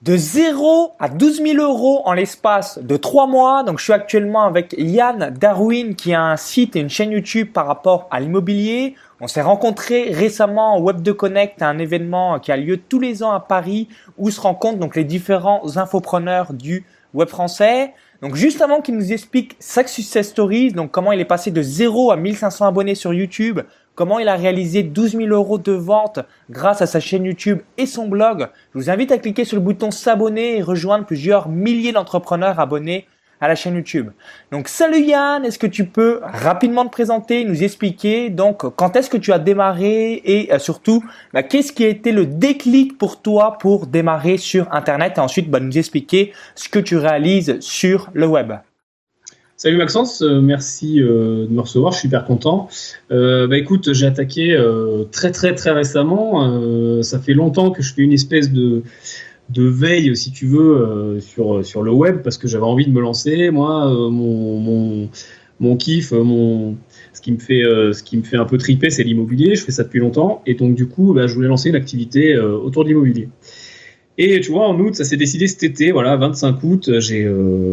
De 0 à 12 000 euros en l'espace de 3 mois. Donc, je suis actuellement avec Yann Darwin qui a un site et une chaîne YouTube par rapport à l'immobilier. On s'est rencontrés récemment au Web2 Connect, un événement qui a lieu tous les ans à Paris où se rencontrent donc les différents infopreneurs du web français. Donc, juste avant qu'il nous explique sa success stories, donc comment il est passé de 0 à 1500 abonnés sur YouTube, comment il a réalisé 12 000 euros de vente grâce à sa chaîne YouTube et son blog. Je vous invite à cliquer sur le bouton s'abonner et rejoindre plusieurs milliers d'entrepreneurs abonnés à la chaîne YouTube. Donc, salut Yann, est-ce que tu peux rapidement te présenter, nous expliquer donc quand est-ce que tu as démarré et surtout qu'est-ce qui a été le déclic pour toi pour démarrer sur Internet et ensuite nous expliquer ce que tu réalises sur le web. Salut Maxence, merci de me recevoir, je suis super content. Écoute, j'ai attaqué très récemment. Ça fait longtemps que je fais une espèce de veille, si tu veux, sur le web parce que j'avais envie de me lancer. Moi, mon kiff, ce qui me fait un peu triper, c'est l'immobilier. Je fais ça depuis longtemps et donc du coup, je voulais lancer une activité autour de l'immobilier. Et tu vois, en août, ça s'est décidé cet été, 25 août, j'ai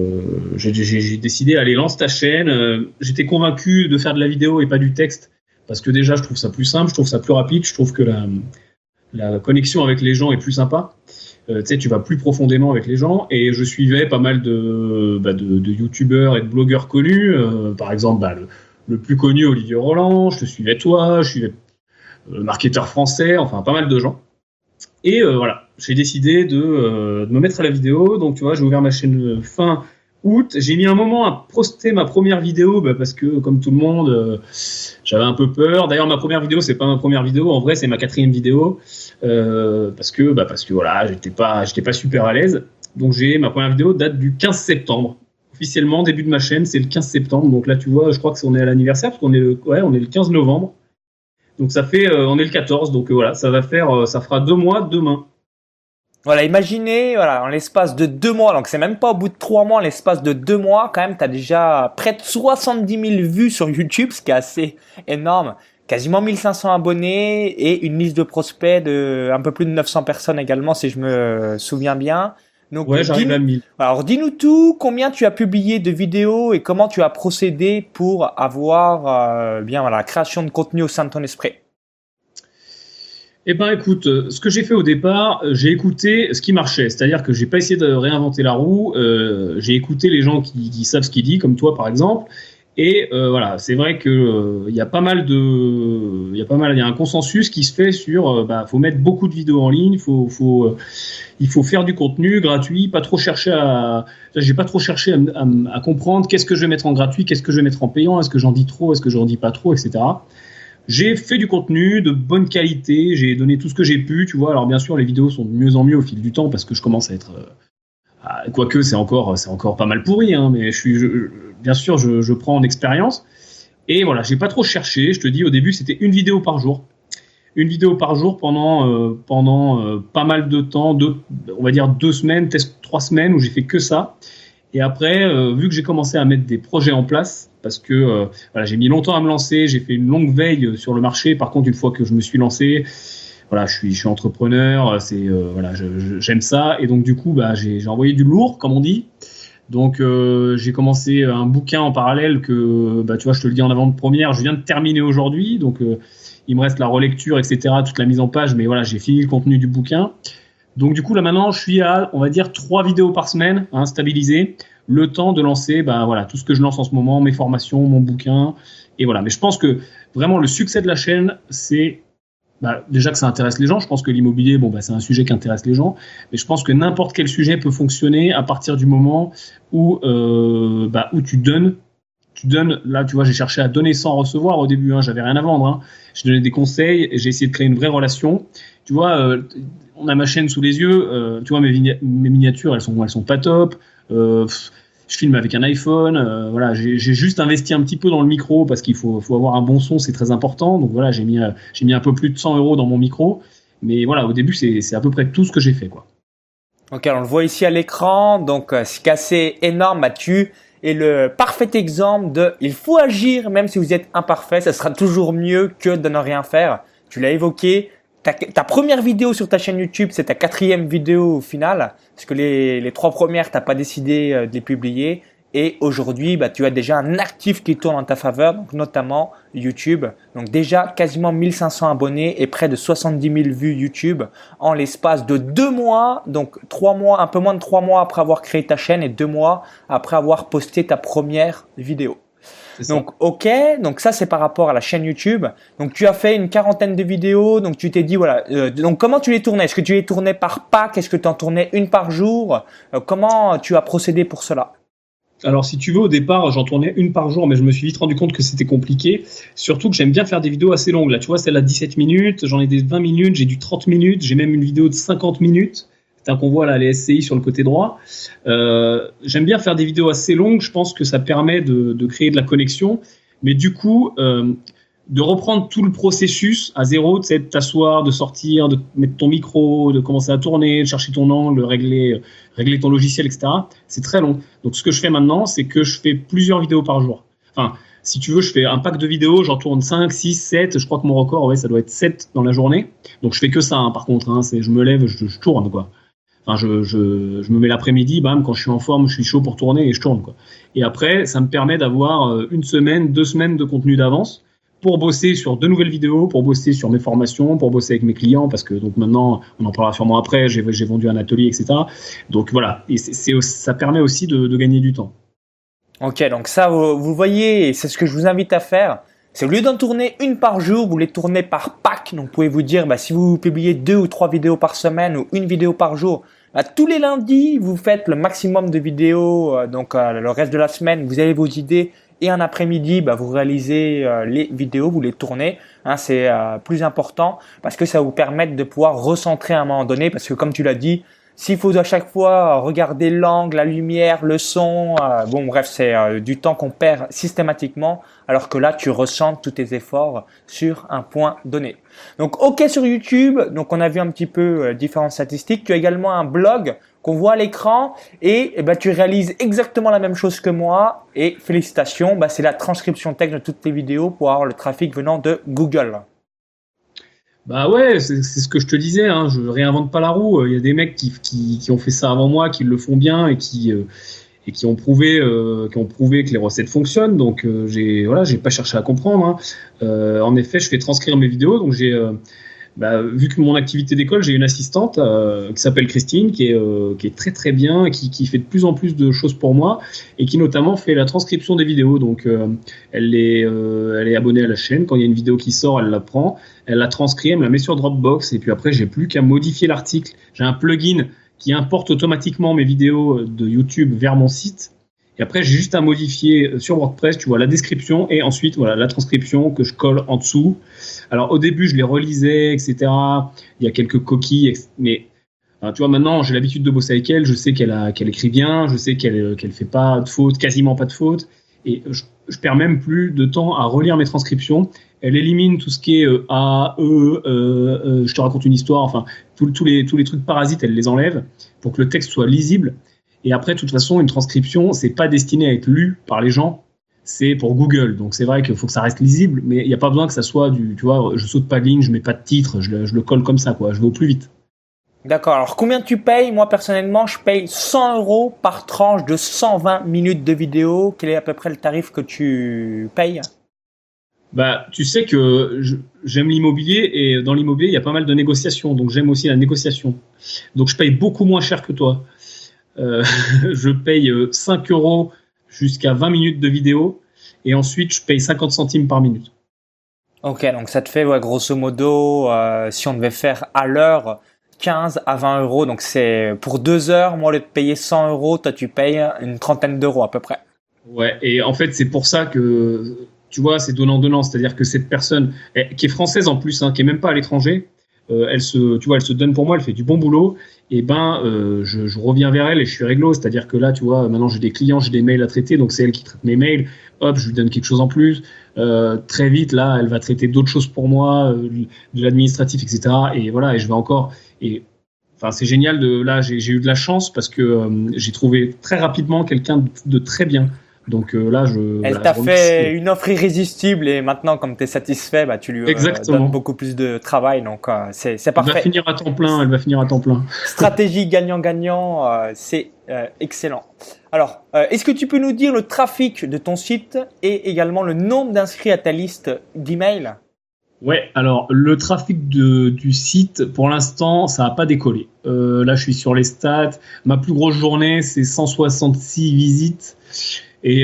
décidé, allez, lance ta chaîne. J'étais convaincu de faire de la vidéo et pas du texte, parce que déjà, je trouve ça plus simple, je trouve ça plus rapide, je trouve que la connexion avec les gens est plus sympa. Tu sais, tu vas plus profondément avec les gens, et je suivais pas mal de youtubeurs et de blogueurs connus, par exemple, le plus connu, Olivier Roland, je te suivais toi, je suivais le marketeur français, enfin, pas mal de gens. Et j'ai décidé de me mettre à la vidéo. Donc, tu vois, j'ai ouvert ma chaîne fin août. J'ai mis un moment à poster ma première vidéo parce que, comme tout le monde, j'avais un peu peur. D'ailleurs, ma première vidéo, c'est pas ma première vidéo. En vrai, c'est ma 4e vidéo parce que voilà, j'étais pas super à l'aise. Donc, ma première vidéo date du 15 septembre. Officiellement, début de ma chaîne, c'est le 15 septembre. Donc là, tu vois, je crois que on est à l'anniversaire parce qu'on est le 15 novembre. Donc ça fait, on est le 14, donc voilà, ça fera 2 mois demain. Voilà, imaginez, en l'espace de 2 mois, donc c'est même pas au bout de 3 mois, en l'espace de 2 mois, quand même, t'as déjà près de 70 000 vues sur YouTube, ce qui est assez énorme. Quasiment 1500 abonnés et une liste de prospects de un peu plus de 900 personnes également, si je me souviens bien. Donc, ouais, j'arrive à 1000. Alors, dis-nous tout, combien tu as publié de vidéos et comment tu as procédé pour avoir la création de contenu au sein de ton esprit. Eh ben, écoute, ce que j'ai fait au départ, j'ai écouté ce qui marchait, c'est-à-dire que j'ai pas essayé de réinventer la roue. J'ai écouté les gens qui savent ce qu'ils disent, comme toi par exemple. Et c'est vrai que il y a un consensus qui se fait sur faut mettre beaucoup de vidéos en ligne, il faut faire du contenu gratuit, pas trop chercher j'ai pas trop cherché à comprendre qu'est-ce que je vais mettre en gratuit, qu'est-ce que je vais mettre en payant, est-ce que j'en dis trop, est-ce que j'en dis pas trop, etc. J'ai fait du contenu de bonne qualité, j'ai donné tout ce que j'ai pu, tu vois. Alors bien sûr, les vidéos sont de mieux en mieux au fil du temps parce que je commence à être quoique c'est encore pas mal pourri, hein, mais bien sûr, je prends en expérience. Et voilà, j'ai pas trop cherché. Je te dis, au début, c'était une vidéo par jour. Une vidéo par jour pendant pas mal de temps, on va dire 2 semaines, peut-être 3 semaines où j'ai fait que ça. Et après, vu que j'ai commencé à mettre des projets en place, parce que j'ai mis longtemps à me lancer, j'ai fait une longue veille sur le marché. Par contre, une fois que je me suis lancé, je suis entrepreneur, j'aime ça, et donc du coup, j'ai envoyé du lourd, comme on dit. Donc j'ai commencé un bouquin en parallèle que, tu vois, je te le dis en avant-première, je viens de terminer aujourd'hui, donc il me reste la relecture, etc., toute la mise en page, mais voilà, j'ai fini le contenu du bouquin. Donc du coup, là maintenant, je suis à, on va dire, 3 vidéos par semaine, stabilisées, le temps de lancer, tout ce que je lance en ce moment, mes formations, mon bouquin, et voilà. Mais je pense que vraiment le succès de la chaîne, c'est déjà que ça intéresse les gens. Je pense que l'immobilier, c'est un sujet qui intéresse les gens, mais je pense que n'importe quel sujet peut fonctionner à partir du moment où tu donnes. Là, tu vois, j'ai cherché à donner sans recevoir au début, j'avais rien à vendre, j'ai donné des conseils, j'ai essayé de créer une vraie relation. Tu vois, on a ma chaîne sous les yeux, tu vois, mes miniatures, elles sont pas top. Je filme avec un iPhone, j'ai juste investi un petit peu dans le micro parce qu'il faut avoir un bon son, c'est très important. Donc voilà, j'ai mis un peu plus de 100 € dans mon micro, mais voilà, au début c'est à peu près tout ce que j'ai fait, quoi. Ok, on le voit ici à l'écran, donc ce qui est assez énorme, tu es le parfait exemple de il faut agir même si vous êtes imparfait, ça sera toujours mieux que de ne rien faire. Tu l'as évoqué, ta première vidéo sur ta chaîne YouTube, c'est ta 4e vidéo au final, parce que les 3 premières, t'as pas décidé de les publier. Et aujourd'hui, tu as déjà un actif qui tourne en ta faveur, donc notamment YouTube. Donc déjà quasiment 1500 abonnés et près de 70 000 vues YouTube en l'espace de 2 mois. Donc 3 mois, un peu moins de 3 mois après avoir créé ta chaîne et 2 mois après avoir posté ta première vidéo. Donc ok, donc ça c'est par rapport à la chaîne YouTube. Donc tu as fait une 40aine de vidéos, donc tu t'es dit voilà. Donc comment tu les tournais? Est-ce que tu les tournais par pack? Est-ce que tu en tournais une par jour? Comment tu as procédé pour cela? Alors, si tu veux, au départ, j'en tournais une par jour, mais je me suis vite rendu compte que c'était compliqué. Surtout que j'aime bien faire des vidéos assez longues. Là, tu vois, celle-là, 17 minutes, j'en ai des 20 minutes, j'ai du 30 minutes, j'ai même une vidéo de 50 minutes. C'est un qu'on voit là, les SCI sur le côté droit. J'aime bien faire des vidéos assez longues. Je pense que ça permet de créer de la connexion. Mais du coup, de reprendre tout le processus à zéro, tu sais, de t'asseoir, de sortir, de mettre ton micro, de commencer à tourner, de chercher ton angle, de régler ton logiciel, etc. C'est très long. Donc, ce que je fais maintenant, c'est que je fais plusieurs vidéos par jour. Enfin, si tu veux, je fais un pack de vidéos, j'en tourne 5, 6, 7. Je crois que mon record, ouais, ça doit être 7 dans la journée. Donc, je fais que ça, hein, par contre. Hein, je me lève, je tourne, quoi. Enfin, je me mets l'après-midi, bam, quand je suis en forme, je suis chaud pour tourner et je tourne, quoi. Et après, ça me permet d'avoir une semaine, 2 semaines de contenu d'avance pour bosser sur de nouvelles vidéos, pour bosser sur mes formations, pour bosser avec mes clients, parce que donc maintenant, on en parlera sûrement après, j'ai vendu un atelier, etc. Donc voilà, et ça permet aussi de gagner du temps. Ok, donc ça, vous voyez, et c'est ce que je vous invite à faire. C'est au lieu d'en tourner une par jour, vous les tournez par pack. Donc, vous pouvez vous dire, si vous publiez 2 ou 3 vidéos par semaine ou une vidéo par jour, tous les lundis, vous faites le maximum de vidéos. Donc, le reste de la semaine, vous avez vos idées. Et un après-midi, vous réalisez les vidéos, vous les tournez. C'est plus important parce que ça va vous permettre de pouvoir recentrer à un moment donné. Parce que comme tu l'as dit, s'il faut à chaque fois regarder l'angle, la lumière, le son, bref, c'est du temps qu'on perd systématiquement, alors que là, tu recentres tous tes efforts sur un point donné. Donc, ok sur YouTube. Donc, on a vu un petit peu différentes statistiques. Tu as également un blog qu'on voit à l'écran et tu réalises exactement la même chose que moi. Et félicitations, c'est la transcription texte de toutes tes vidéos pour avoir le trafic venant de Google. Bah ouais, c'est ce que je te disais, hein, je réinvente pas la roue. Il y a des mecs qui ont fait ça avant moi, qui le font bien et qui ont prouvé que les recettes fonctionnent. Donc j'ai pas cherché à comprendre. Hein. En effet, je fais transcrire mes vidéos. Donc vu que mon activité d'école, j'ai une assistante qui s'appelle Christine, qui est très très bien, qui fait de plus en plus de choses pour moi et qui notamment fait la transcription des vidéos. Donc elle est abonnée à la chaîne. Quand il y a une vidéo qui sort, elle la prend, elle la transcrit, elle me la met sur Dropbox et puis après j'ai plus qu'à modifier l'article. J'ai un plugin qui importe automatiquement mes vidéos de YouTube vers mon site. Et après, j'ai juste à modifier sur WordPress, tu vois, la description et ensuite, voilà, la transcription que je colle en dessous. Alors, au début, je les relisais, etc. Il y a quelques coquilles, mais tu vois, maintenant, j'ai l'habitude de bosser avec elle. Je sais qu'elle écrit bien, je sais qu'elle fait pas de fautes, quasiment pas de fautes. Et je perds même plus de temps à relire mes transcriptions. Elle élimine tout ce qui est A, je te raconte une histoire, enfin, tous les trucs parasites, elle les enlève pour que le texte soit lisible. Et après, de toute façon, une transcription, c'est pas destiné à être lu par les gens, c'est pour Google. Donc c'est vrai qu'il faut que ça reste lisible, mais il n'y a pas besoin que ça soit tu vois, je saute pas de ligne, je mets pas de titre, je le colle comme ça, quoi. Je vais au plus vite. D'accord. Alors combien tu payes? Moi personnellement, je paye 100 € par tranche de 120 minutes de vidéo. Quel est à peu près le tarif que tu payes? Tu sais que j'aime l'immobilier et dans l'immobilier, il y a pas mal de négociations. Donc j'aime aussi la négociation. Donc je paye beaucoup moins cher que toi. Je paye 5 € jusqu'à 20 minutes de vidéo et ensuite je paye 50 centimes par minute. Ok, donc ça te fait grosso modo, si on devait faire à l'heure, 15 à 20 €. Donc c'est pour 2 heures, moi au lieu de payer 100 €, toi tu payes une trentaine d'euros à peu près. Ouais, et en fait c'est pour ça que tu vois, c'est donnant-donnant, c'est-à-dire que cette personne qui est française en plus, qui est même pas à l'étranger, elle se donne pour moi, elle fait du bon boulot. Et je reviens vers elle et je suis réglo. C'est-à-dire que là, tu vois, maintenant j'ai des clients, j'ai des mails à traiter, donc c'est elle qui traite mes mails. Hop, je lui donne quelque chose en plus. Très vite, là, elle va traiter d'autres choses pour moi, de l'administratif, etc. Et voilà, et je vais encore. Et enfin, c'est génial. Là, j'ai eu de la chance parce que j'ai trouvé très rapidement quelqu'un de très bien. Donc là, elle t'a fait une offre irrésistible et maintenant, comme tu es satisfait, bah, tu lui donnes beaucoup plus de travail. Donc, c'est parfait. Elle va finir à temps plein. Stratégie gagnant-gagnant, c'est excellent. Alors, est-ce que tu peux nous dire le trafic de ton site et également le nombre d'inscrits à ta liste d'emails? Ouais, alors le trafic du site, pour l'instant, ça n'a pas décollé. Là, je suis sur les stats. Ma plus grosse journée, c'est 166 visites. Et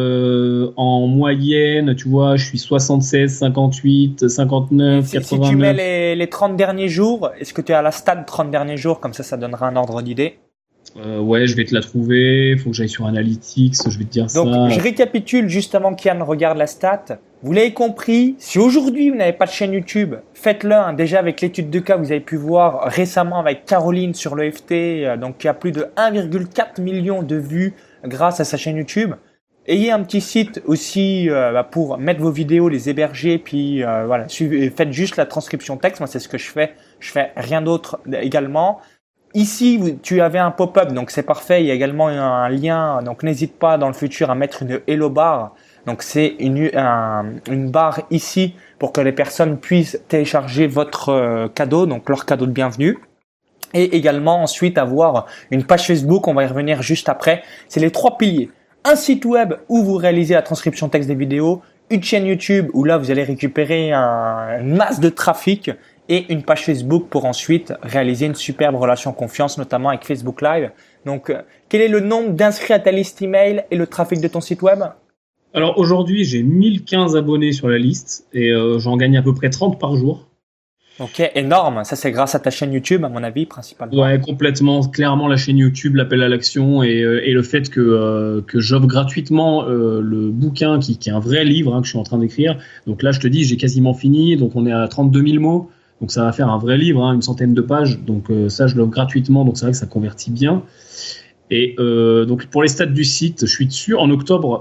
en moyenne, tu vois, je suis 76, 58, 59, 89. Si tu mets les 30 derniers jours, est-ce que tu es à la stat 30 derniers jours? Comme ça donnera un ordre d'idée. Ouais, je vais te la trouver. Il faut que j'aille sur Analytics, je vais te dire ça. Donc, je récapitule juste avant qu'Yann regarde la stat. Vous l'avez compris, si aujourd'hui vous n'avez pas de chaîne YouTube, faites-le. Hein. Déjà avec l'étude de cas, vous avez pu voir récemment avec Caroline sur l'EFT, donc qui a plus de 1,4 million de vues grâce à sa chaîne YouTube. Ayez un petit site aussi pour mettre vos vidéos, les héberger, puis voilà, faites juste la transcription texte. Moi, c'est ce que je fais. Je fais rien d'autre également. Ici, tu avais un pop-up, donc c'est parfait. Il y a également un lien, donc n'hésite pas dans le futur à mettre une Hello Bar. Donc c'est une barre ici pour que les personnes puissent télécharger votre cadeau, donc leur cadeau de bienvenue. Et également ensuite avoir une page Facebook, on va y revenir juste après. C'est les 3 piliers. Un site web où vous réalisez la transcription texte des vidéos, une chaîne YouTube où là vous allez récupérer une masse de trafic et une page Facebook pour ensuite réaliser une superbe relation confiance, notamment avec Facebook Live. Donc, quel est le nombre d'inscrits à ta liste email et le trafic de ton site web? Alors aujourd'hui, j'ai 1015 abonnés sur la liste et j'en gagne à peu près 30 par jour. Ok, énorme. Ça, c'est grâce à ta chaîne YouTube, à mon avis, principalement. Ouais, complètement. Clairement, la chaîne YouTube, l'appel à l'action et le fait que j'offre gratuitement le bouquin qui est un vrai livre que je suis en train d'écrire. Donc là, je te dis, j'ai quasiment fini. Donc on est à 32 000 mots. Donc ça va faire un vrai livre, une centaine de pages. Donc ça, je l'offre gratuitement. Donc c'est vrai que ça convertit bien. Et donc pour les stats du site, je suis dessus. En octobre,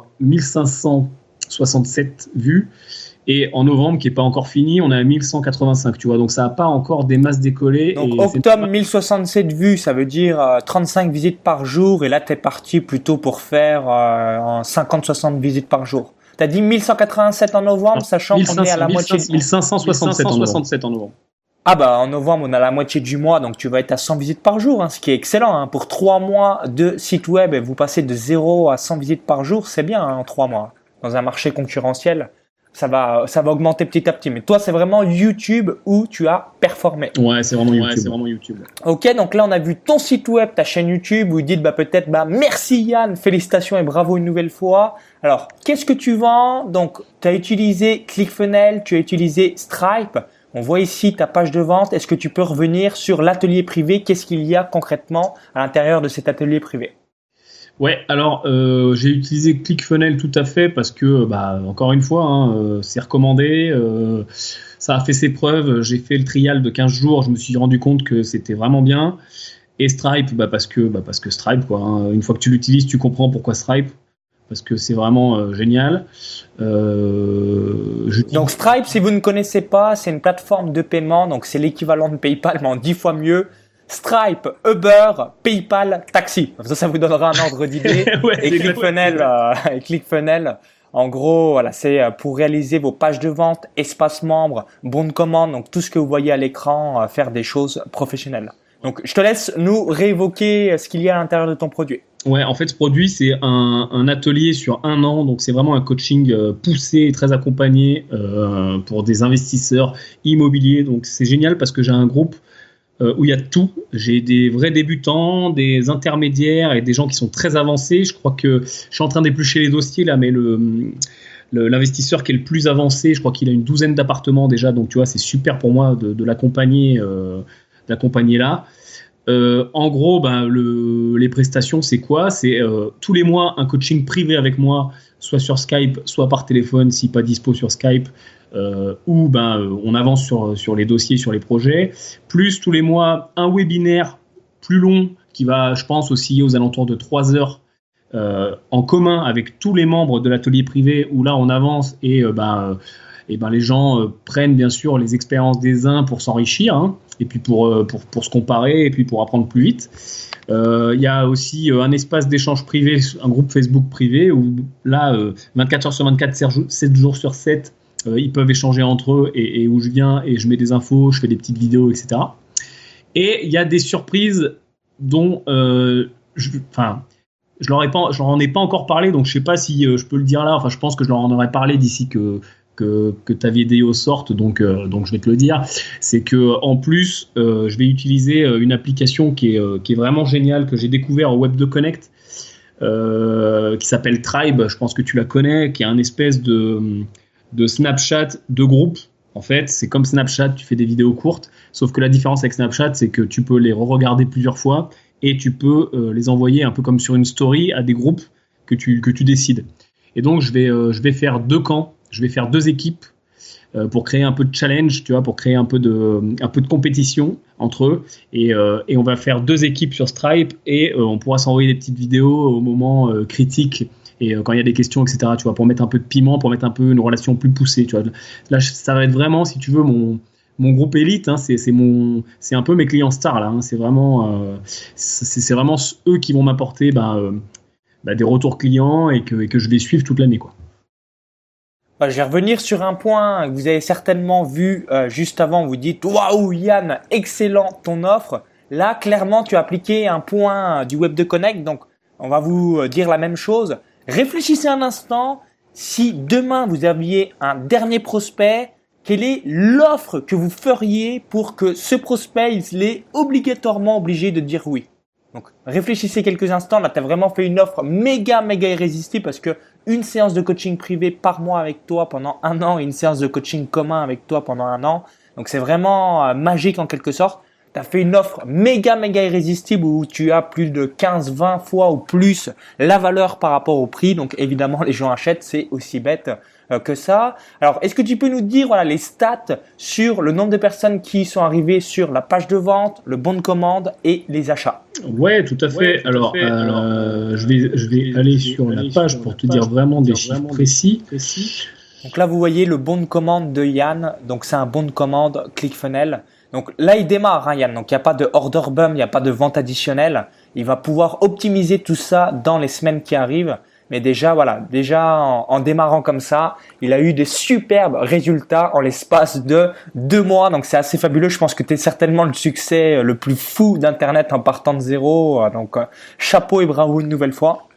1567 vues. Et en novembre, qui est pas encore fini, on est à 1185, tu vois. Donc ça n'a pas encore des masses décollées. Donc octobre, 1067 vues, ça veut dire 35 visites par jour. Et là, tu es parti plutôt pour faire 50-60 visites par jour. Tu as dit 1187 en novembre, sachant qu'on est à la moitié. 1567 en novembre. Ah bah en novembre, on a la moitié du mois, donc tu vas être à 100 visites par jour, ce qui est excellent. Pour 3 mois de site web, vous passez de 0 à 100 visites par jour, c'est bien en 3 mois. Dans un marché concurrentiel, ça va augmenter petit à petit. Mais toi, c'est vraiment YouTube où tu as performé. Ouais, c'est vraiment YouTube. Ok, donc là, on a vu ton site web, ta chaîne YouTube, où vous dites peut-être merci Yann, félicitations et bravo une nouvelle fois. Alors, qu'est-ce que tu vends? Donc, tu as utilisé ClickFunnels, tu as utilisé Stripe. On voit ici ta page de vente. Est-ce que tu peux revenir sur l'atelier privé? Qu'est-ce qu'il y a concrètement à l'intérieur de cet atelier privé? Ouais, alors j'ai utilisé ClickFunnels tout à fait parce que, encore une fois, c'est recommandé. Ça a fait ses preuves. J'ai fait le trial de 15 jours. Je me suis rendu compte que c'était vraiment bien. Et Stripe, parce que Stripe, quoi. Une fois que tu l'utilises, tu comprends pourquoi Stripe. Parce que c'est vraiment génial. Donc Stripe, si vous ne connaissez pas, c'est une plateforme de paiement. Donc c'est l'équivalent de PayPal, mais en 10 fois mieux. Stripe, Uber, PayPal, Taxi. Ça vous donnera un ordre d'idée. Ouais, et ClickFunnels, en gros, voilà, c'est pour réaliser vos pages de vente, espace membre, bon de commande, donc tout ce que vous voyez à l'écran, faire des choses professionnelles. Donc, je te laisse nous réévoquer ce qu'il y a à l'intérieur de ton produit. Ouais, en fait, ce produit, c'est un atelier sur 1 an. Donc, c'est vraiment un coaching poussé et très accompagné pour des investisseurs immobiliers. Donc, c'est génial parce que j'ai un groupe où il y a tout. J'ai des vrais débutants, des intermédiaires et des gens qui sont très avancés. Je crois que je suis en train d'éplucher les dossiers là, mais l'investisseur qui est le plus avancé, je crois qu'il a une 12aine d'appartements déjà. Donc, tu vois, c'est super pour moi de l'accompagner là. En gros, les prestations, c'est quoi? C'est tous les mois un coaching privé avec moi, soit sur Skype, soit par téléphone, si pas dispo sur Skype, où on avance sur les dossiers, sur les projets. Plus tous les mois un webinaire plus long qui va, je pense, aussi aux alentours de 3 heures en commun avec tous les membres de l'atelier privé, où là on avance et les gens prennent bien sûr les expériences des uns pour s'enrichir, et puis pour se comparer et puis pour apprendre plus vite. Il y a aussi un espace d'échange privé, un groupe Facebook privé où là, 24 heures sur 24, 7 jours sur 7, ils peuvent échanger entre eux et où je viens et je mets des infos, je fais des petites vidéos, etc. Et il y a des surprises dont je leur en ai pas encore parlé, donc je sais pas si je peux le dire là. Enfin, je pense que je leur en aurais parlé d'ici que ta vidéo sorte, donc je vais te le dire. C'est que en plus, je vais utiliser une application qui est vraiment géniale, que j'ai découvert au Web2 Connect, qui s'appelle Tribe. Je pense que tu la connais, qui est un espèce de Snapchat de groupe. En fait, c'est comme Snapchat, tu fais des vidéos courtes, sauf que la différence avec Snapchat, c'est que tu peux les re-regarder plusieurs fois et tu peux les envoyer un peu comme sur une story à des groupes que tu décides. Et donc, je vais faire 2 camps, je vais faire 2 équipes pour créer un peu de challenge, tu vois, pour créer un peu de compétition entre eux. Et on va faire 2 équipes sur Stripe et on pourra s'envoyer des petites vidéos au moment critique. Et quand il y a des questions, etc., tu vois, pour mettre un peu de piment, pour mettre un peu une relation plus poussée, tu vois. Là, ça va être vraiment, si tu veux, mon groupe élite, hein, c'est un peu mes clients stars, là, hein, c'est vraiment eux qui vont m'apporter des retours clients et que je vais suivre toute l'année, quoi. Je vais revenir sur un point que vous avez certainement vu juste avant. Vous dites « Waouh Yann, excellent ton offre ». Là, clairement, tu as appliqué un point du Web2 Connect, donc on va vous dire la même chose. Réfléchissez un instant, si demain vous aviez un dernier prospect, quelle est l'offre que vous feriez pour que ce prospect, il est obligatoirement obligé de dire oui? Donc, réfléchissez quelques instants. Là, tu as vraiment fait une offre méga irrésistible parce que une séance de coaching privé par mois avec toi pendant 1 an et une séance de coaching commun avec toi pendant 1 an. Donc, c'est vraiment magique en quelque sorte. Tu as fait une offre méga irrésistible où tu as plus de 15-20 fois ou plus la valeur par rapport au prix. Donc, évidemment, les gens achètent. C'est aussi bête que ça. Alors, est-ce que tu peux nous dire les stats sur le nombre de personnes qui sont arrivées sur la page de vente, le bon de commande et les achats? Ouais, tout à fait. Alors, je vais aller sur la page pour te dire vraiment des chiffres précis. Donc là, vous voyez le bon de commande de Yann. Donc, c'est un bon de commande ClickFunnels. Donc là, il démarre, Yann. Donc, il n'y a pas de order bump, il n'y a pas de vente additionnelle. Il va pouvoir optimiser tout ça dans les semaines qui arrivent. Mais déjà, en démarrant comme ça, il a eu des superbes résultats en l'espace de 2 mois. Donc, c'est assez fabuleux. Je pense que tu es certainement le succès le plus fou d'Internet en partant de zéro. Donc, chapeau et bravo une nouvelle fois.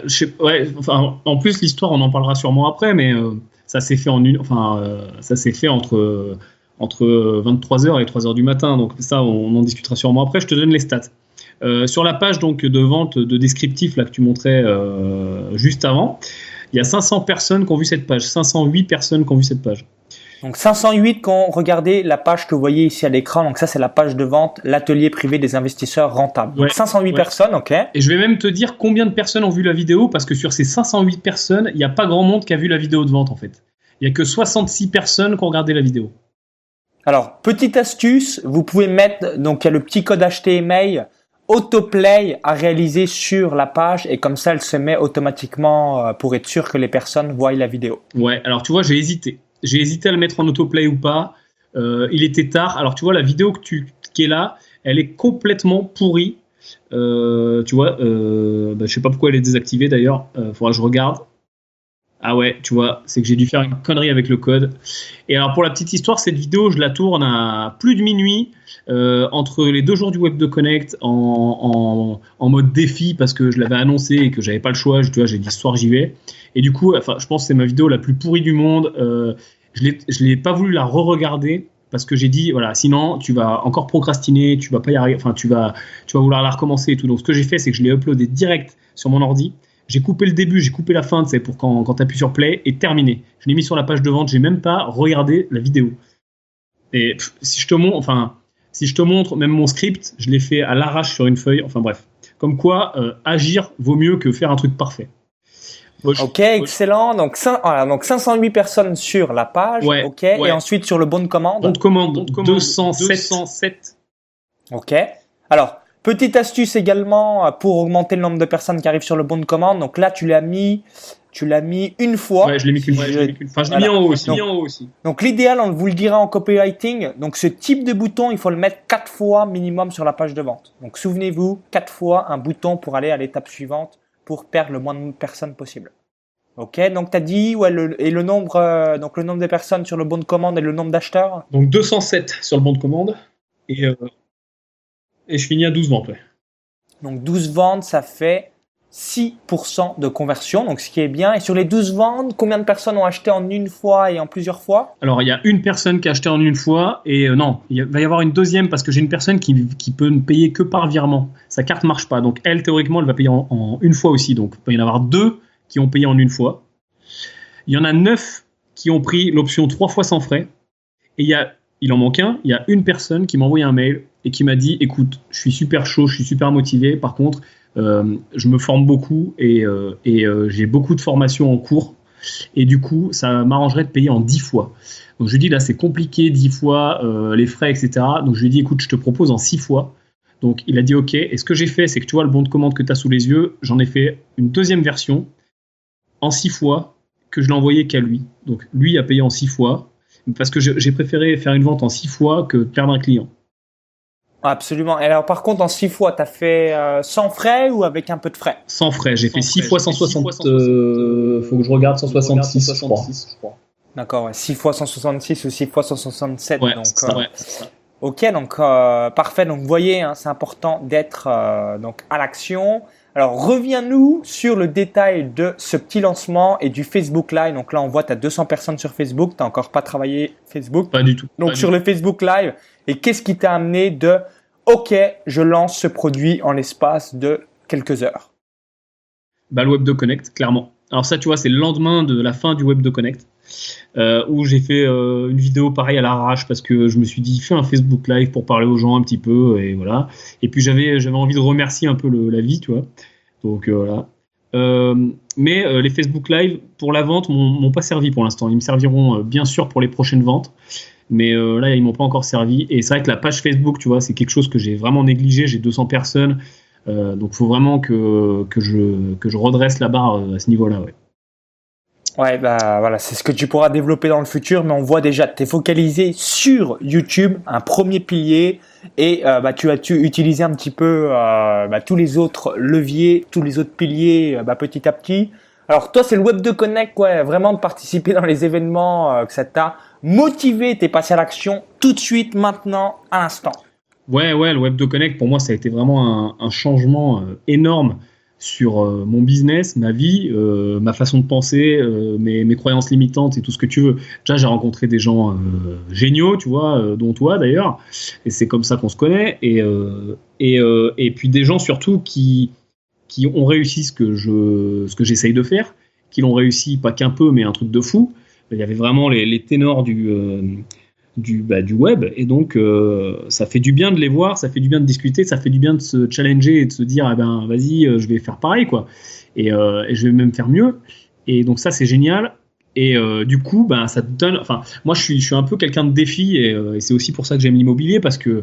En plus, l'histoire, on en parlera sûrement après, mais ça s'est fait ça s'est fait entre 23h et 3h du matin. Donc, ça, on en discutera sûrement après. Je te donne les stats. Sur la page donc de vente de descriptif là que tu montrais juste avant, il y a 500 personnes qui ont vu cette page, 508 personnes qui ont vu cette page. Donc 508 qui ont regardé la page que vous voyez ici à l'écran. Donc ça, c'est la page de vente, l'atelier privé des investisseurs rentables. Donc 508 personnes, ok. Et je vais même te dire combien de personnes ont vu la vidéo, parce que sur ces 508 personnes, il n'y a pas grand monde qui a vu la vidéo de vente en fait. Il n'y a que 66 personnes qui ont regardé la vidéo. Alors, petite astuce, vous pouvez mettre, donc il y a le petit code HTML autoplay à réaliser sur la page et comme ça, elle se met automatiquement pour être sûr que les personnes voient la vidéo. Ouais, alors tu vois, j'ai hésité. J'ai hésité à le mettre en autoplay ou pas. Il était tard. Alors tu vois, la vidéo qui est là, elle est complètement pourrie. Tu vois, je sais pas pourquoi elle est désactivée d'ailleurs. Faudra que je regarde. Ah ouais, tu vois, c'est que j'ai dû faire une connerie avec le code. Et alors pour la petite histoire, cette vidéo, je la tourne à plus de minuit entre les 2 jours du Web2 Connect en mode défi parce que je l'avais annoncé et que j'avais pas le choix. Tu vois, j'ai dit ce soir j'y vais. Et du coup, je pense que c'est ma vidéo la plus pourrie du monde. Je l'ai pas voulu la re-regarder parce que j'ai dit voilà, sinon tu vas encore procrastiner, tu vas pas y arriver. Enfin, tu vas vouloir la recommencer et tout. Donc ce que j'ai fait, c'est que je l'ai uploadé direct sur mon ordi. J'ai coupé le début, j'ai coupé la fin, tu sais, pour quand tu appuies sur play et terminé. Je l'ai mis sur la page de vente, j'ai même pas regardé la vidéo. Et si je te montre même mon script, je l'ai fait à l'arrache sur une feuille. Enfin bref, comme quoi agir vaut mieux que faire un truc parfait. Ok, excellent. Donc 508 personnes sur la page. Ouais, ok. Ouais. Et ensuite sur le bon de commande. Bon de commande 207. Ok. Alors. Petite astuce également pour augmenter le nombre de personnes qui arrivent sur le bon de commande. Donc là, tu l'as mis tu l'as mis une fois. Ouais, je l'ai mis qu'une fois. Enfin, je l'ai mis en haut aussi. Donc l'idéal, on vous le dira en copywriting. Donc ce type de bouton, il faut le mettre 4 fois minimum sur la page de vente. Donc souvenez-vous, 4 fois un bouton pour aller à l'étape suivante pour perdre le moins de personnes possible. Ok, donc tu as dit le nombre de personnes sur le bon de commande et le nombre d'acheteurs. Donc 207 sur le bon de commande et je finis à 12 ventes. Ouais. Donc 12 ventes, ça fait 6% de conversion, donc ce qui est bien. Et sur les 12 ventes, combien de personnes ont acheté en une fois et en plusieurs fois? Alors, il y a une personne qui a acheté en une fois et non, il va y avoir une deuxième parce que j'ai une personne qui peut ne payer que par virement. Sa carte marche pas, donc elle, théoriquement, elle va payer en une fois aussi. Donc, il peut y en avoir 2 qui ont payé en une fois. Il y en a 9 qui ont pris l'option 3 fois sans frais. Et il en manque un, il y a une personne qui m'a envoyé un mail et qui m'a dit, écoute, je suis super chaud, je suis super motivé, par contre, je me forme beaucoup et j'ai beaucoup de formations en cours et du coup ça m'arrangerait de payer en 10 fois. Donc je lui dis là c'est compliqué 10 fois les frais etc. Donc je lui dis écoute je te propose en 6 fois. Donc il a dit ok et ce que j'ai fait c'est que tu vois le bon de commande que tu as sous les yeux, j'en ai fait une deuxième version en 6 fois que je l'ai envoyé qu'à lui. Donc lui a payé en 6 fois parce que j'ai préféré faire une vente en 6 fois que perdre un client. Absolument. Et alors, par contre, en 6 fois, tu as fait sans frais ou avec un peu de frais? Sans frais. J'ai fait 6 fois 160. Faut que je regarde 166, je crois. D'accord, ouais. 6 fois 166 ou 6 fois 167. Ouais, donc, c'est ça. Ok, donc parfait. Donc, vous voyez, hein, c'est important d'être donc à l'action. Alors, reviens-nous sur le détail de ce petit lancement et du Facebook Live. Donc là, on voit tu as 200 personnes sur Facebook. Tu n'as encore pas travaillé Facebook. Pas du tout. Donc, sur le Facebook Live. Et qu'est-ce qui t'a amené de « Ok, je lance ce produit en l'espace de quelques heures » Le Web2 Connect, clairement. Alors ça, tu vois, c'est le lendemain de la fin du Web2 Connect où j'ai fait une vidéo pareil à l'arrache parce que je me suis dit, fais un Facebook Live pour parler aux gens un petit peu et voilà. Et puis j'avais envie de remercier un peu la vie, tu vois. Donc voilà. Mais les Facebook Live pour la vente m'ont pas servi pour l'instant. Ils me serviront bien sûr pour les prochaines ventes. Mais là, ils m'ont pas encore servi. Et c'est vrai que la page Facebook, tu vois, c'est quelque chose que j'ai vraiment négligé. J'ai 200 personnes. Donc, il faut vraiment que je redresse la barre à ce niveau-là. Ouais. Ouais, voilà, c'est ce que tu pourras développer dans le futur. Mais on voit déjà, tu es focalisé sur YouTube, un premier pilier. Et tu as utilisé un petit peu tous les autres leviers, tous les autres piliers petit à petit. Alors, toi, c'est le Web2 Connect, ouais, vraiment de participer dans les événements que ça t'a motivé, t'es passé à l'action tout de suite, maintenant, à l'instant. Ouais, le Web2 Connect, pour moi, ça a été vraiment un changement énorme sur mon business, ma vie, ma façon de penser, mes croyances limitantes et tout ce que tu veux. Déjà, j'ai rencontré des gens géniaux, tu vois, dont toi d'ailleurs, et c'est comme ça qu'on se connaît, et puis des gens surtout qui ont réussi ce que j'essaye de faire, qui l'ont réussi pas qu'un peu, mais un truc de fou. Il y avait vraiment les ténors du web et donc ça fait du bien de les voir, ça fait du bien de discuter, ça fait du bien de se challenger et de se dire vas-y je vais faire pareil quoi et je vais même faire mieux et donc ça c'est génial et du coup ça te donne, enfin moi je suis un peu quelqu'un de défi et c'est aussi pour ça que j'aime l'immobilier parce que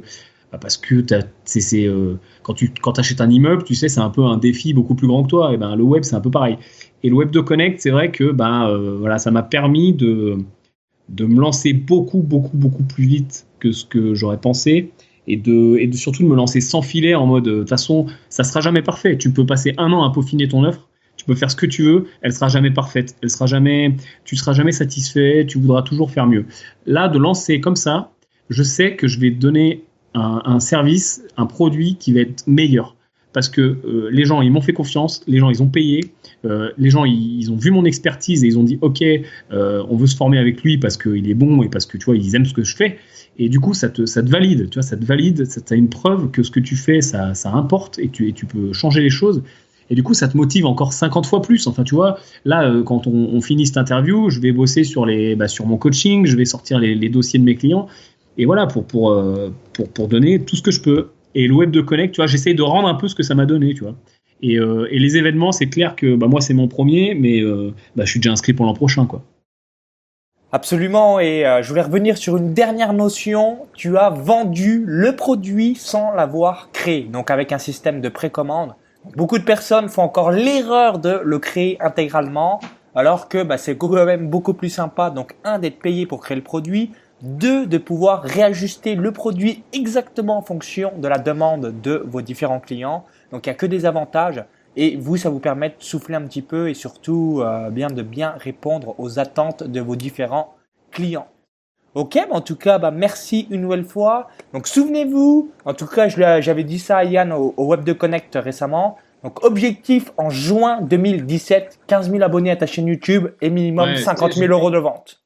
quand tu achètes un immeuble, tu sais, c'est un peu un défi beaucoup plus grand que toi. Et le web, c'est un peu pareil. Et le Web2 Connect, c'est vrai que voilà, ça m'a permis de me lancer beaucoup plus vite que ce que j'aurais pensé et surtout de me lancer sans filet en mode de toute façon, ça sera jamais parfait. Tu peux passer 1 an à peaufiner ton offre. Tu peux faire ce que tu veux, elle sera jamais parfaite, tu seras jamais satisfait, tu voudras toujours faire mieux. Là, de lancer comme ça, je sais que je vais donner un service, un produit qui va être meilleur parce que les gens ils m'ont fait confiance, les gens ils ont payé, les gens ils ont vu mon expertise et ils ont dit ok on veut se former avec lui parce qu'il est bon et parce que tu vois ils aiment ce que je fais et du coup ça te valide, tu vois, ça te valide, ça t'as une preuve que ce que tu fais ça importe et tu peux changer les choses et du coup ça te motive encore 50 fois plus. Enfin tu vois là quand on finit cette interview je vais bosser sur mon coaching, je vais sortir les dossiers de mes clients. Et voilà, pour donner tout ce que je peux. Et le Web2 Connect, tu vois, j'essaye de rendre un peu ce que ça m'a donné, tu vois. Et les événements, c'est clair que moi, c'est mon premier, mais je suis déjà inscrit pour l'an prochain, quoi. Absolument. Et je voulais revenir sur une dernière notion. Tu as vendu le produit sans l'avoir créé, donc avec un système de précommande. Beaucoup de personnes font encore l'erreur de le créer intégralement. alors que c'est quand même beaucoup plus sympa. Donc, un, d'être payé pour créer le produit. Deux, de pouvoir réajuster le produit exactement en fonction de la demande de vos différents clients. Donc, il n'y a que des avantages. Et vous, ça vous permet de souffler un petit peu et surtout de bien répondre aux attentes de vos différents clients. Ok, en tout cas, merci une nouvelle fois. Donc, souvenez-vous, en tout cas, j'avais dit ça à Yann au Web de Connect récemment. Donc, objectif en juin 2017, 15 000 abonnés à ta chaîne YouTube et minimum 50 000 euros de vente.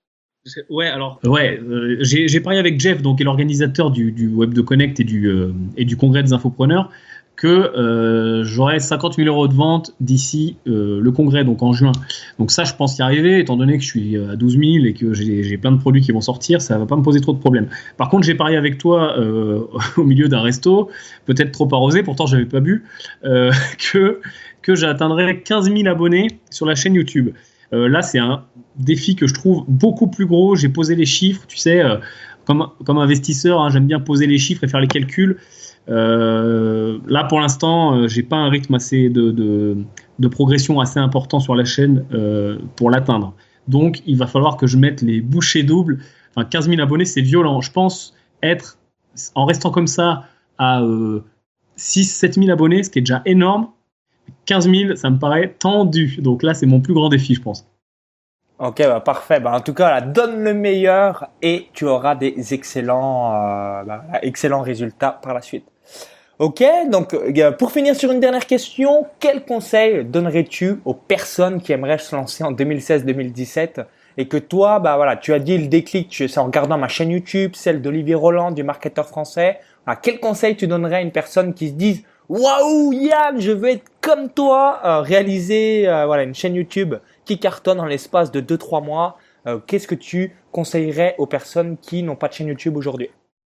J'ai parié avec Jeff, donc, qui est l'organisateur du Web de Connect et du congrès des infopreneurs, que j'aurai 50 000 euros de vente d'ici le congrès, donc en juin. Donc ça, je pense y arriver, étant donné que je suis à 12 000 et que j'ai plein de produits qui vont sortir, ça va pas me poser trop de problèmes. Par contre, j'ai parié avec toi au milieu d'un resto, peut-être trop arrosé, pourtant j'avais pas bu, que j'atteindrais 15 000 abonnés sur la chaîne YouTube. Là, c'est un défi que je trouve beaucoup plus gros. J'ai posé les chiffres, tu sais, comme investisseur, j'aime bien poser les chiffres et faire les calculs. Là pour l'instant j'ai pas un rythme assez de progression assez important sur la chaîne pour l'atteindre, donc il va falloir que je mette les bouchées doubles. 15 000 abonnés, c'est violent. Je pense être, en restant comme ça, à 6-7 000 abonnés, ce qui est déjà énorme. 15 000, ça me paraît tendu, donc là c'est mon plus grand défi, je pense. Ok, parfait. En tout cas, donne le meilleur et tu auras des excellents résultats par la suite. Ok, donc pour finir sur une dernière question, quel conseil donnerais-tu aux personnes qui aimeraient se lancer en 2016-2017 et que toi, tu as dit le déclic, c'est en regardant ma chaîne YouTube, celle d'Olivier Roland, du marketeur français. Quel conseil tu donnerais à une personne qui se dise « Waouh, Yann, je veux être comme toi, réaliser une chaîne YouTube qui cartonne en l'espace de 2-3 mois ». Qu'est-ce que tu conseillerais aux personnes qui n'ont pas de chaîne YouTube aujourd'hui?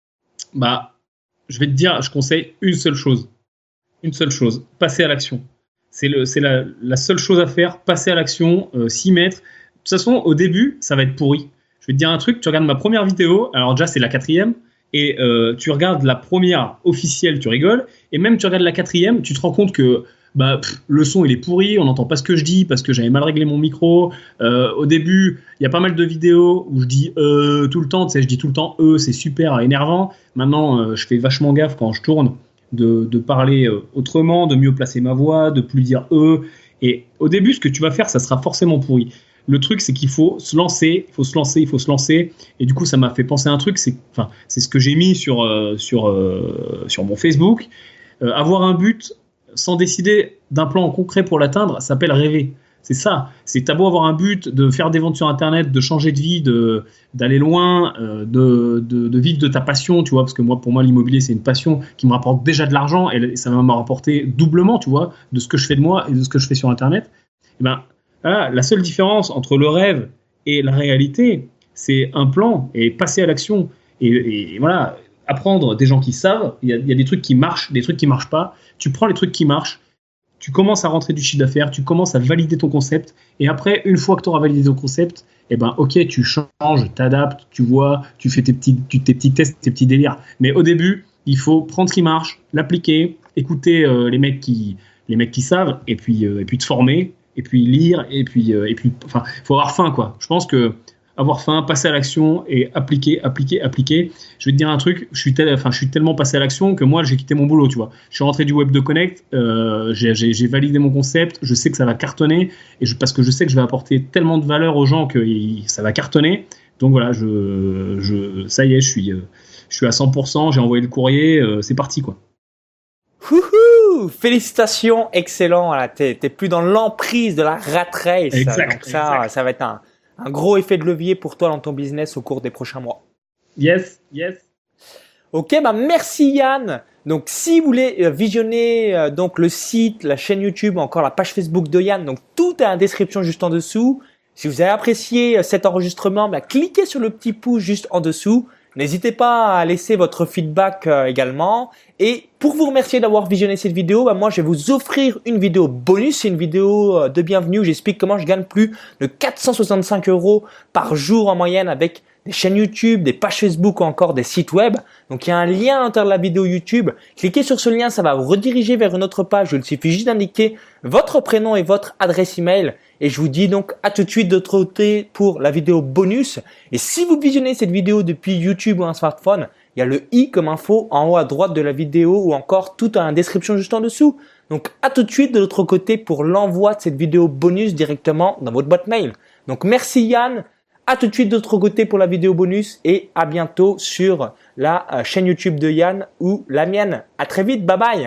Je vais te dire, je conseille une seule chose, passer à l'action. C'est la seule chose à faire, passer à l'action, s'y mettre. De toute façon, au début, ça va être pourri. Je vais te dire un truc, tu regardes ma première vidéo, alors déjà c'est la 4e, et tu regardes la première officielle, tu rigoles, et même tu regardes la 4e, tu te rends compte que le son il est pourri, on n'entend pas ce que je dis parce que j'avais mal réglé mon micro. Au début, il y a pas mal de vidéos où je dis tout le temps, tu sais, je dis tout le temps c'est super énervant. Maintenant, je fais vachement gaffe quand je tourne de parler autrement, de mieux placer ma voix, de plus dire Et au début, ce que tu vas faire, ça sera forcément pourri. Le truc, c'est qu'il faut se lancer, il faut se lancer. Et du coup, ça m'a fait penser à un truc, c'est ce que j'ai mis sur mon Facebook. Avoir un but sans décider d'un plan concret pour l'atteindre, ça s'appelle rêver. C'est ça. C'est t'as beau avoir un but de faire des ventes sur Internet, de changer de vie, d'aller loin, de vivre de ta passion, tu vois, parce que pour moi, l'immobilier, c'est une passion qui me rapporte déjà de l'argent et ça va me rapporter doublement, tu vois, de ce que je fais de moi et de ce que je fais sur Internet. La seule différence entre le rêve et la réalité, c'est un plan et passer à l'action. Et voilà, apprendre des gens qui savent. Il y a des trucs qui marchent, des trucs qui marchent pas. Tu prends les trucs qui marchent, tu commences à rentrer du chiffre d'affaires, tu commences à valider ton concept. Et après, une fois que tu auras validé ton concept, ok, tu changes, t'adaptes, tu vois, tu fais tes petits tests, tes petits délires. Mais au début, il faut prendre ce qui marche, l'appliquer, écouter les mecs qui savent, et puis te former, et puis lire, et puis faut avoir faim, quoi. Je pense que avoir faim, passer à l'action et appliquer. Je vais te dire un truc, je suis tellement passé à l'action que moi j'ai quitté mon boulot, tu vois. Je suis rentré du Web de Connect, j'ai validé mon concept, je sais que ça va cartonner parce que je sais que je vais apporter tellement de valeur aux gens que ça va cartonner. Donc voilà, ça y est, je suis à 100%, j'ai envoyé le courrier, c'est parti, quoi. Wouhou! Félicitations, excellent. Voilà, t'es plus dans l'emprise de la rat race. Exact. Donc ça va être un gros effet de levier pour toi dans ton business au cours des prochains mois. Yes. Ok, merci Yann. Donc si vous voulez visionner donc le site, la chaîne YouTube, encore la page Facebook de Yann, donc tout est en description juste en dessous. Si vous avez apprécié cet enregistrement, cliquez sur le petit pouce juste en dessous. N'hésitez pas à laisser votre feedback également. Et pour vous remercier d'avoir visionné cette vidéo, moi je vais vous offrir une vidéo bonus, c'est une vidéo de bienvenue où j'explique comment je gagne plus de 465 € par jour en moyenne avec des chaînes YouTube, des pages Facebook ou encore des sites web. Donc il y a un lien à l'intérieur de la vidéo YouTube. Cliquez sur ce lien, ça va vous rediriger vers une autre page où il suffit juste d'indiquer votre prénom et votre adresse email. Et je vous dis donc à tout de suite de l'autre côté pour la vidéo bonus. Et si vous visionnez cette vidéo depuis YouTube ou un smartphone, il y a le i comme info en haut à droite de la vidéo ou encore tout en description juste en dessous. Donc à tout de suite de l'autre côté pour l'envoi de cette vidéo bonus directement dans votre boîte mail. Donc merci Yann, à tout de suite de l'autre côté pour la vidéo bonus et à bientôt sur la chaîne YouTube de Yann ou la mienne. À très vite, bye bye.